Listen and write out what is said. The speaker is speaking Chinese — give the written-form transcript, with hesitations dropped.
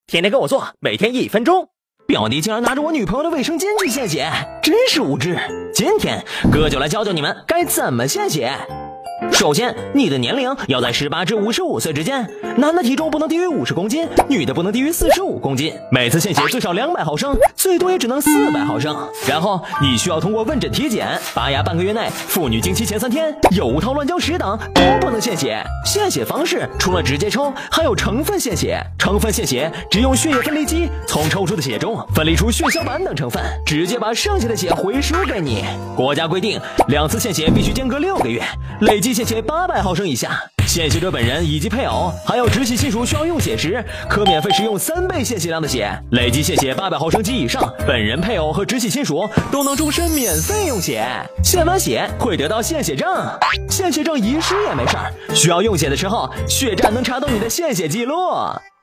天天跟我做，每天1分钟。表弟竟然拿着我女朋友的卫生巾去献血，真是无知。今天哥就来教教你们该怎么献血。首先，你的年龄要在18至55岁之间，男的体重不能低于50公斤，女的不能低于45公斤。每次献血最少200毫升，最多也只能400毫升。然后你需要通过问诊体检、拔牙半个月内，妇女经期前3天有无套乱交石等都不能献血。献血方式除了直接抽，还有成分献血。成分献血只用血液分离机从抽出的血中分离出血小板等成分，直接把剩下的血回输给你。国家规定，2次献血必须间隔6个月，累计献血800毫升以下。献血者本人以及配偶还有直系亲属需要用血时，可免费使用3倍献血量的血。累计献血800毫升及以上，本人、配偶和直系亲属都能终身免费用血。献完血会得到献血证，献血证遗失也没事儿，需要用血的时候，血站能查到你的献血记录。